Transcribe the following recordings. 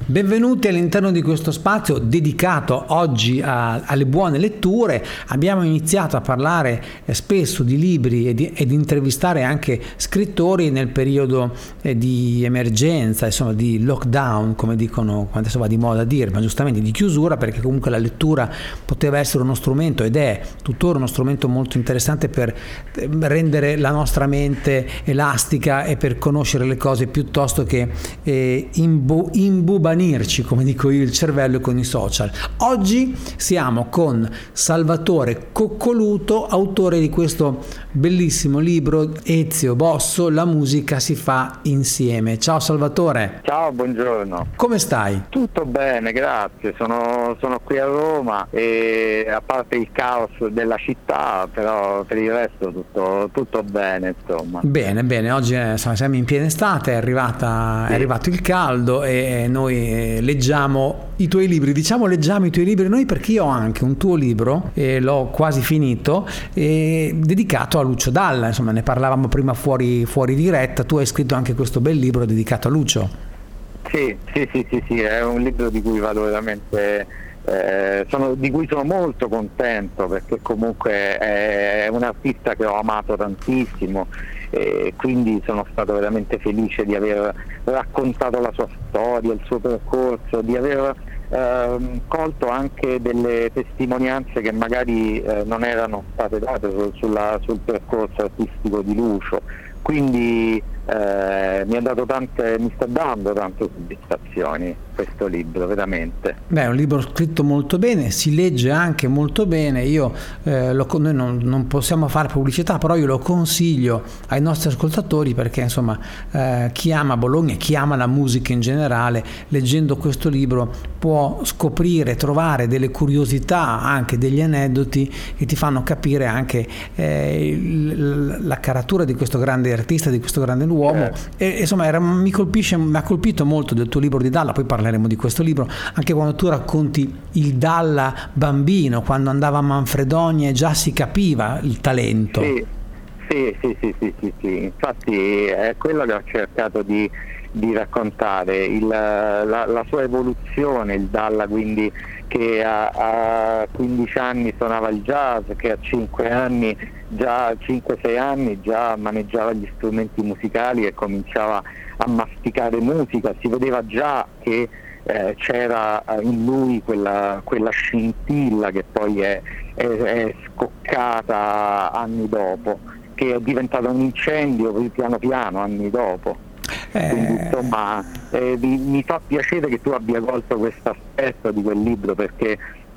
Benvenuti all'interno di questo spazio dedicato oggi alle buone letture. Abbiamo iniziato a parlare spesso di libri ed intervistare anche scrittori nel periodo di emergenza, insomma di lockdown, come dicono, adesso va di moda a dire, ma giustamente di chiusura, perché comunque la lettura poteva essere uno strumento ed è tuttora uno strumento molto interessante per rendere la nostra mente elastica e per conoscere le cose piuttosto che imbubanirci, come dico io, il cervello con i social. Oggi siamo con Salvatore Coccoluto, autore di questo bellissimo libro Ezio Bosso, La musica si fa insieme. Ciao Salvatore. Ciao, buongiorno. Come stai? Tutto bene, grazie. Sono qui a Roma e a parte il caos della città, però per il resto tutto bene, insomma. Bene, oggi siamo in piena estate, è arrivato il caldo e noi leggiamo i tuoi libri. Diciamo leggiamo i tuoi libri noi perché io ho anche un tuo libro e l'ho quasi finito, dedicato a Lucio Dalla. Insomma, ne parlavamo prima fuori diretta. Tu hai scritto anche questo bel libro dedicato a Lucio. Sì, è un libro di cui vado veramente di cui sono molto contento, perché comunque è un artista che ho amato tantissimo e quindi sono stato veramente felice di aver raccontato la sua storia, il suo percorso, di aver colto anche delle testimonianze che magari non erano state date sul percorso artistico di Lucio. Quindi mi sta dando tante soddisfazioni questo libro, veramente. Beh, è un libro scritto molto bene, si legge anche molto bene. Noi non possiamo fare pubblicità, però io lo consiglio ai nostri ascoltatori perché insomma chi ama Bologna, chi ama la musica in generale, leggendo questo libro può scoprire, trovare delle curiosità, anche degli aneddoti che ti fanno capire anche la caratura di questo grande artista, di questo grande uomo. E insomma mi ha colpito molto del tuo libro di Dalla. Poi parleremo di questo libro anche quando tu racconti il Dalla bambino, quando andava a Manfredonia e già si capiva il talento. Sì, infatti è quello che ho cercato di raccontare, la sua evoluzione, il Dalla quindi che a 15 anni suonava il jazz, che a 5-6 anni già maneggiava gli strumenti musicali e cominciava a masticare musica. Si vedeva già che c'era in lui quella scintilla che poi è scoccata anni dopo, che è diventata un incendio piano piano anni dopo. Quindi insomma mi fa piacere che tu abbia colto questo aspetto di quel libro, perché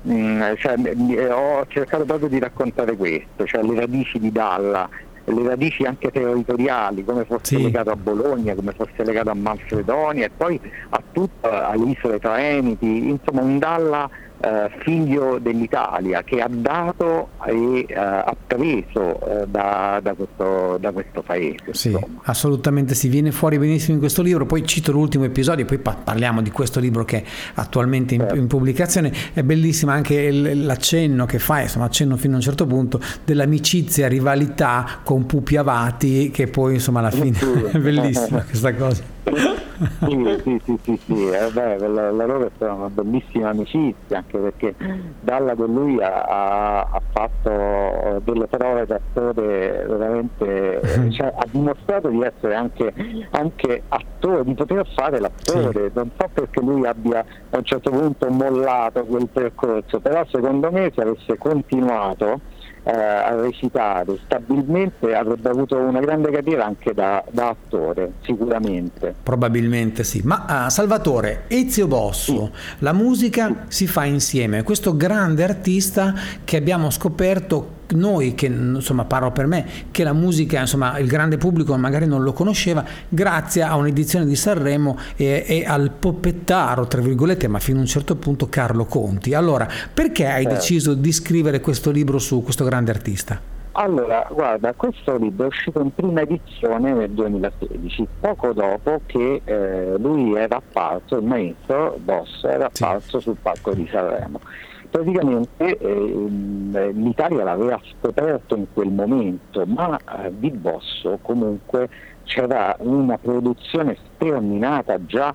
ho cercato proprio di raccontare questo, cioè le radici di Dalla, le radici anche territoriali, come fosse legato a Bologna, come fosse legato a Manfredonia e poi alle isole Traemiti, insomma un Dalla figlio dell'Italia che ha dato e ha preso da questo paese. Sì, assolutamente sì, viene fuori benissimo in questo libro. Poi cito l'ultimo episodio, poi parliamo di questo libro che è attualmente in pubblicazione. È bellissimo anche l'accenno che fa, insomma accenno fino a un certo punto, dell'amicizia, rivalità con Pupi Avati, che poi insomma alla fine è bellissima questa cosa. Sì, la loro è stata una bellissima amicizia, anche perché Dalla con lui ha fatto delle prove d'attore veramente, cioè, ha dimostrato di essere anche attore, di poter fare l'attore. Non so perché lui abbia a un certo punto mollato quel percorso, però secondo me se avesse continuato a recitare stabilmente avrebbe avuto una grande carriera anche da attore, sicuramente. Probabilmente sì. Ma Salvatore, Ezio Bosso, La musica si fa insieme, questo grande artista che abbiamo scoperto noi, che insomma parlo per me, che la musica insomma il grande pubblico magari non lo conosceva, grazie a un'edizione di Sanremo e al poppettaro tra virgolette, ma fino a un certo punto, Carlo Conti. Allora, perché hai deciso di scrivere questo libro su questo grande artista? Allora, guarda, questo libro è uscito in prima edizione nel 2016, poco dopo che lui era apparso, il maestro Bosso era apparso sul palco di Sanremo. Praticamente l'Italia l'aveva scoperto in quel momento, ma di Bosso comunque c'era una produzione sterminata già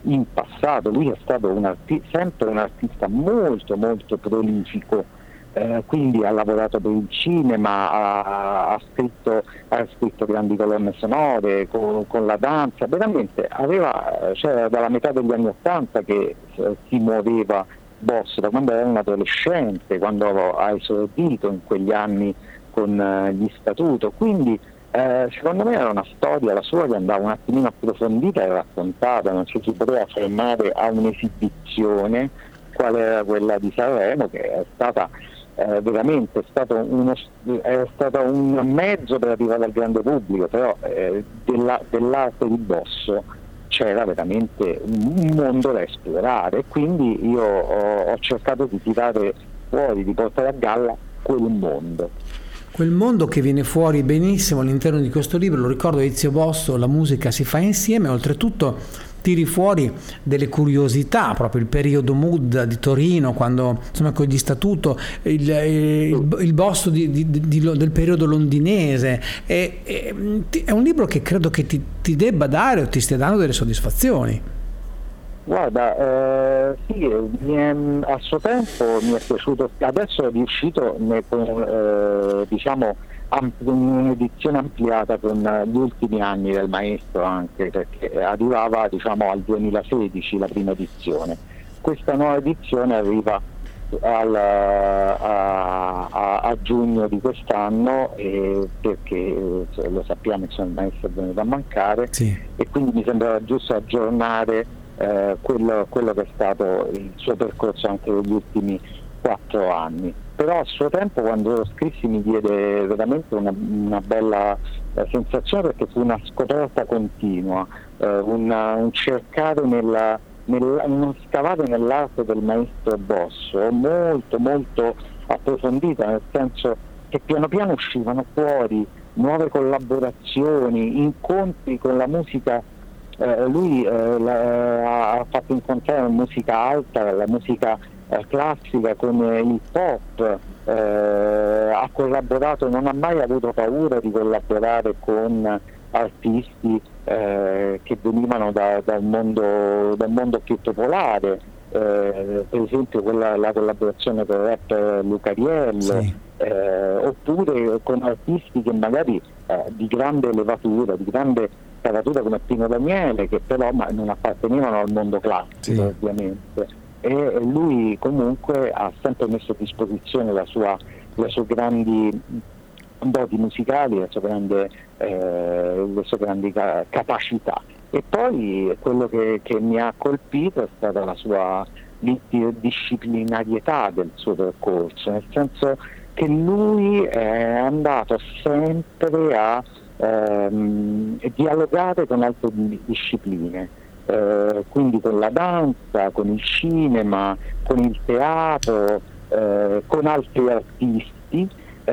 in passato. Lui è stato sempre un artista molto molto prolifico, quindi ha lavorato per il cinema, ha scritto grandi colonne sonore con la danza, veramente c'era dalla metà degli anni *80 che si muoveva Bosso, da quando era un adolescente, quando ha esordito in quegli anni con gli Statuto, quindi secondo me era una storia, la sua, che andava un attimino approfondita e raccontata, non ci si poteva fermare a un'esibizione quale era quella di Sanremo, che è stata veramente è stato un mezzo per arrivare al grande pubblico, però dell'arte di Bosso c'era veramente un mondo da esplorare, e quindi io ho cercato di tirare fuori, di portare a galla quel mondo che viene fuori benissimo all'interno di questo libro. Lo ricordo, Ezio Bosso, La musica si fa insieme. Oltretutto tiri fuori delle curiosità, proprio il periodo mood di Torino, quando insomma con gli Statuto, il Bosso del periodo londinese. È un libro che credo che ti debba dare o ti stia dando delle soddisfazioni. Guarda, sì, a suo tempo mi è piaciuto, adesso è riuscito con un'edizione ampliata con gli ultimi anni del maestro, anche perché arrivava al 2016 la prima edizione. Questa nuova edizione arriva a giugno di quest'anno, perché lo sappiamo, il maestro è venuto a mancare, sì. E quindi mi sembrava giusto aggiornare quello che è stato il suo percorso anche negli ultimi 4 anni. Però a suo tempo, quando lo scrissi, mi diede veramente una bella sensazione, perché fu una scoperta continua, un cercare uno scavare nell'arte del maestro Bosso molto molto approfondita, nel senso che piano piano uscivano fuori nuove collaborazioni, incontri con la musica. Lui ha fatto incontrare la musica alta, la musica classica con il pop, ha collaborato, non ha mai avuto paura di collaborare con artisti che venivano dal mondo più popolare, per esempio la collaborazione con il rapper Lucariello, sì. Oppure con artisti che magari di grande levatura, di grande caratura, come Pino Daniele, che però non appartenevano al mondo classico, sì. Ovviamente. E lui comunque ha sempre messo a disposizione le sue grandi doti musicali, le sue grandi capacità. E poi quello che mi ha colpito è stata la sua disciplinarietà del suo percorso, nel senso che lui è andato sempre a dialogare con altre discipline, quindi con la danza, con il cinema, con il teatro, con altri artisti,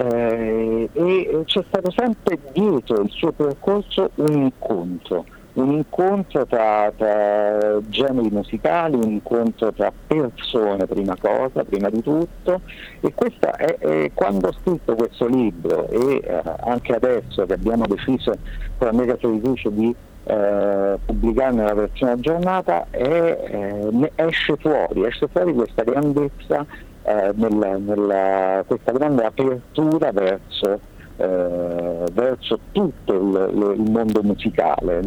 e c'è stato sempre dietro il suo percorso un incontro tra generi musicali, un incontro tra persone, prima di tutto. E questa è quando ho scritto questo libro, e anche adesso che abbiamo deciso con la Mega Editrice di pubblicare nella versione aggiornata, esce fuori questa grandezza, questa grande apertura verso tutto il mondo musicale,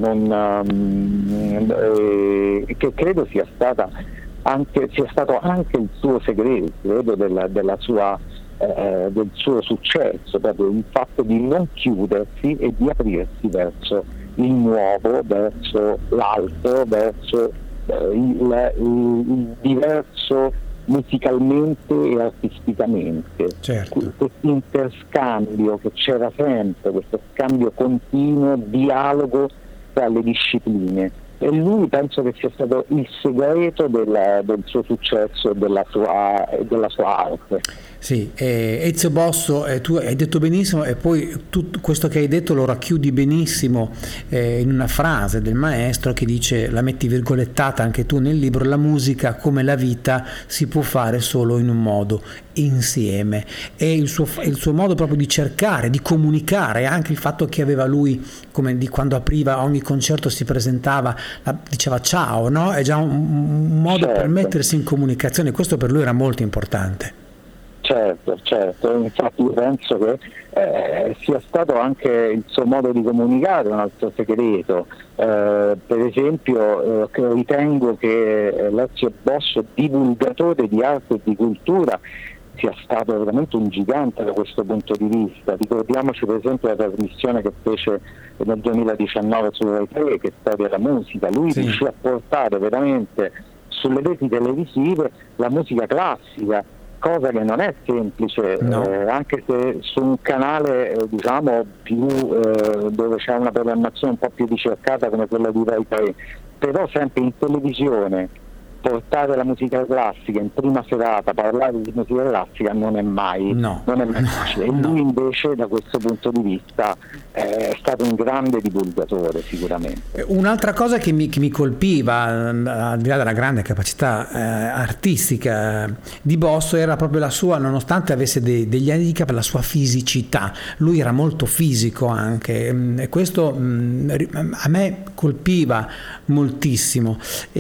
che credo sia stato anche il suo segreto, credo del suo successo, proprio il fatto di non chiudersi e di aprirsi verso il nuovo, verso l'altro, verso il diverso musicalmente e artisticamente. Certo. Questo interscambio che c'era sempre, questo scambio continuo, dialogo tra le discipline, e lui penso che sia stato il segreto del suo successo e della sua arte. Sì, Ezio Bosso, tu hai detto benissimo, e poi tutto questo che hai detto lo racchiudi benissimo in una frase del maestro che dice, la metti virgolettata anche tu nel libro: la musica, come la vita, si può fare solo in un modo, insieme. E il suo modo proprio di cercare, di comunicare, anche il fatto che aveva lui, come di quando apriva ogni concerto, si presentava, diceva ciao, no? È già un modo per mettersi in comunicazione, questo per lui era molto importante. Certo, infatti io penso che sia stato anche il suo modo di comunicare un altro segreto. Per esempio ritengo che Ezio Bosso, divulgatore di arte e di cultura, sia stato veramente un gigante da questo punto di vista. Ricordiamoci per esempio la trasmissione che fece nel 2019 su Rai 3, che è Storia della musica. Lui riuscì a portare veramente sulle reti televisive la musica classica, cosa che non è semplice, anche se su un canale diciamo più dove c'è una programmazione un po' più ricercata come quella di Rai 3, però sempre in televisione portare la musica classica in prima serata, parlare di musica classica non è mai facile. E lui invece da questo punto di vista è stato un grande divulgatore sicuramente. Un'altra cosa che mi colpiva, al di là della grande capacità artistica di Bosso, era proprio la sua, nonostante avesse degli handicap, la sua fisicità. Lui era molto fisico anche, e questo a me colpiva moltissimo.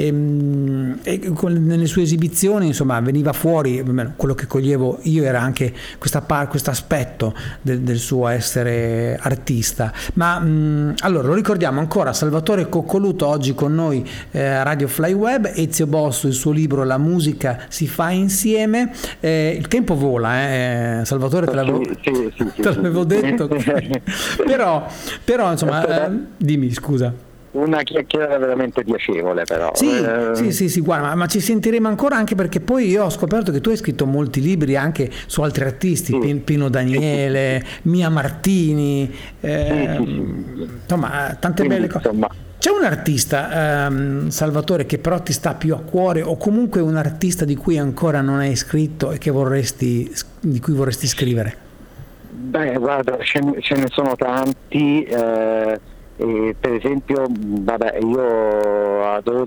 Nelle sue esibizioni insomma veniva fuori, quello che coglievo io era anche questo aspetto del suo essere artista. Ma allora lo ricordiamo ancora, Salvatore Coccoluto oggi con noi a Radio Fly Web, Ezio Bosso, il suo libro La musica si fa insieme. Il tempo vola, Salvatore, te l'avevo detto. però insomma dimmi, scusa. Una chiacchierata veramente piacevole, però. Sì, guarda, ma ci sentiremo ancora, anche perché poi io ho scoperto che tu hai scritto molti libri anche su altri artisti, Pino Daniele, Mia Martini, insomma, tante belle cose. C'è un artista, Salvatore, che però ti sta più a cuore, o comunque un artista di cui ancora non hai scritto e di cui vorresti scrivere? Beh, guarda, ce ne sono tanti. Per esempio, io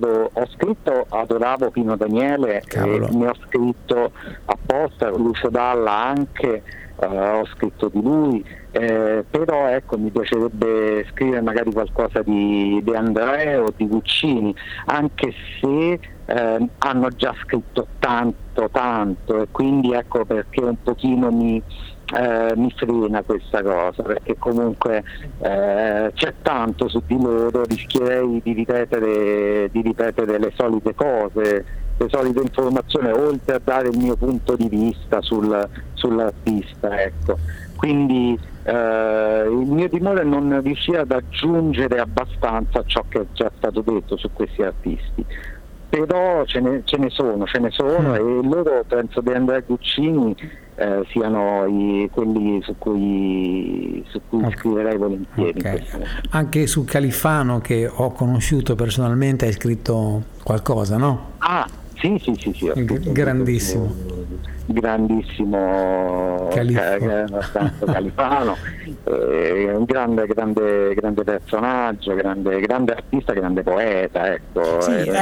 adoravo Pino Daniele, ne ho scritto apposta, Lucio Dalla anche, ho scritto di lui, però ecco, mi piacerebbe scrivere magari qualcosa di De André o di Guccini, anche se hanno già scritto tanto, e quindi ecco perché un pochino mi frena questa cosa, perché comunque c'è tanto su di loro, rischierei di ripetere le solite cose, le solite informazioni, oltre a dare il mio punto di vista sull'artista, ecco. Quindi il mio timore è non riuscire ad aggiungere abbastanza a ciò che è già stato detto su questi artisti. Però ce ne sono e loro, penso, De Andrea Guccini siano quelli su cui scriverei volentieri. Anche su Califano, che ho conosciuto personalmente, hai scritto qualcosa, no? Sì, grandissimo Califano, un grande personaggio, grande artista, grande poeta, ecco.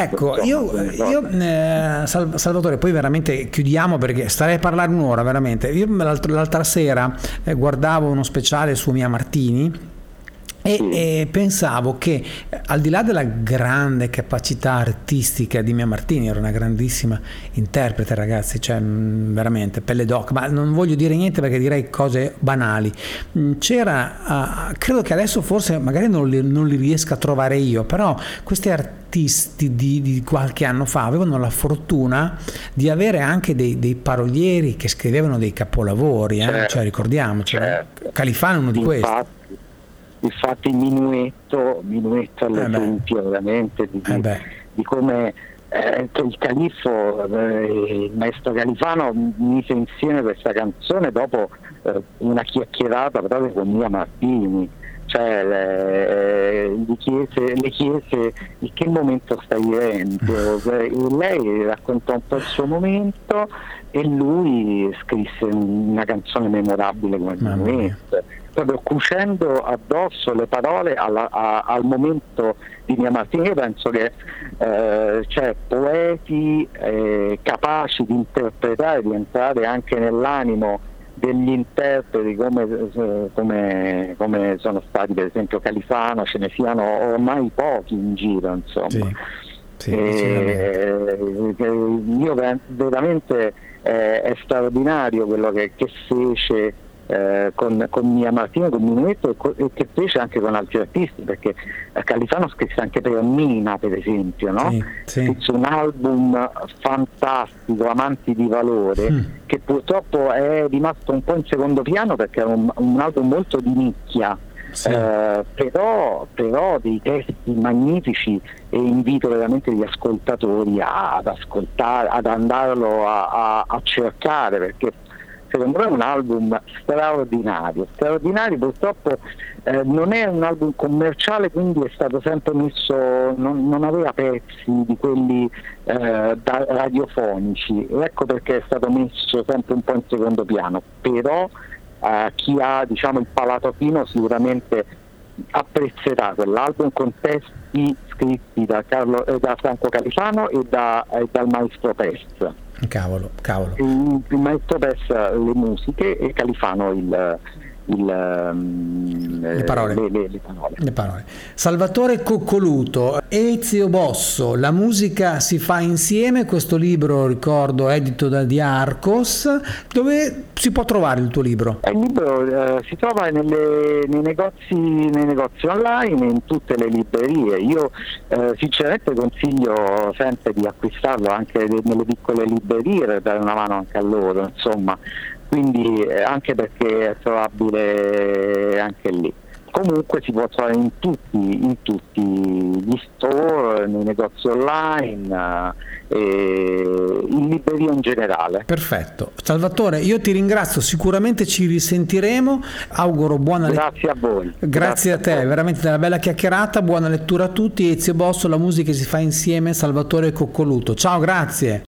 Salvatore, poi veramente chiudiamo, perché starei a parlare un'ora veramente. Io l'altra sera guardavo uno speciale su Mia Martini e pensavo che, al di là della grande capacità artistica di Mia Martini, era una grandissima interprete, ragazzi, cioè veramente pelle d'oca, ma non voglio dire niente perché direi cose banali. C'era, credo che adesso forse magari non li riesco a trovare io, però questi artisti di qualche anno fa avevano la fortuna di avere anche dei parolieri che scrivevano dei capolavori, cioè ricordiamoci, Califano è uno di questi. Infatti Minuetto all'esempio veramente di come il Califfo, il maestro Califano mise insieme questa canzone dopo una chiacchierata proprio con Mia Martini, cioè le chiese in che momento stai vivendo, e lei raccontò un po' il suo momento e lui scrisse una canzone memorabile come il momento, proprio cucendo addosso le parole al momento di Mia Martini. Io penso che c'è poeti capaci di interpretare, di entrare anche nell'animo degli interpreti come sono stati per esempio Califano, ce ne siano ormai pochi in giro, insomma. Io veramente è straordinario quello che fece con Mia Martini, con Minuetto, e che fece anche con altri artisti, perché Califano scrisse anche per Mina, per esempio, no? Scrisse un album fantastico, Amanti di valore, che purtroppo è rimasto un po' in secondo piano perché è un album molto di nicchia. Però dei testi magnifici, e invito veramente gli ascoltatori ad ascoltare, ad andarlo a cercare, perché secondo me è un album straordinario. Purtroppo non è un album commerciale, quindi è stato sempre messo, non aveva pezzi di quelli radiofonici, ecco perché è stato messo sempre un po' in secondo piano. Però chi ha, diciamo, il palato fino sicuramente apprezzerà quell'album con testi scritti da Franco Califano e dal maestro Pes. Cavolo. Il maestro Pes le musiche e Califano le parole. Salvatore Coccoluto, Ezio Bosso, La musica si fa insieme, questo libro, ricordo, edito da Di Arcos. Dove si può trovare il tuo libro? Il libro si trova nei negozi online, in tutte le librerie. Io sinceramente consiglio sempre di acquistarlo anche nelle piccole librerie per dare una mano anche a loro, insomma. Quindi anche perché è trovabile anche lì. Comunque si può trovare in tutti gli store, nei negozi online, in libreria in generale. Perfetto. Salvatore, io ti ringrazio, sicuramente ci risentiremo, auguro buona lettura. Grazie a voi. Grazie a te, veramente una bella chiacchierata, buona lettura a tutti. Ezio Bosso, La musica si fa insieme, Salvatore Coccoluto. Ciao, grazie.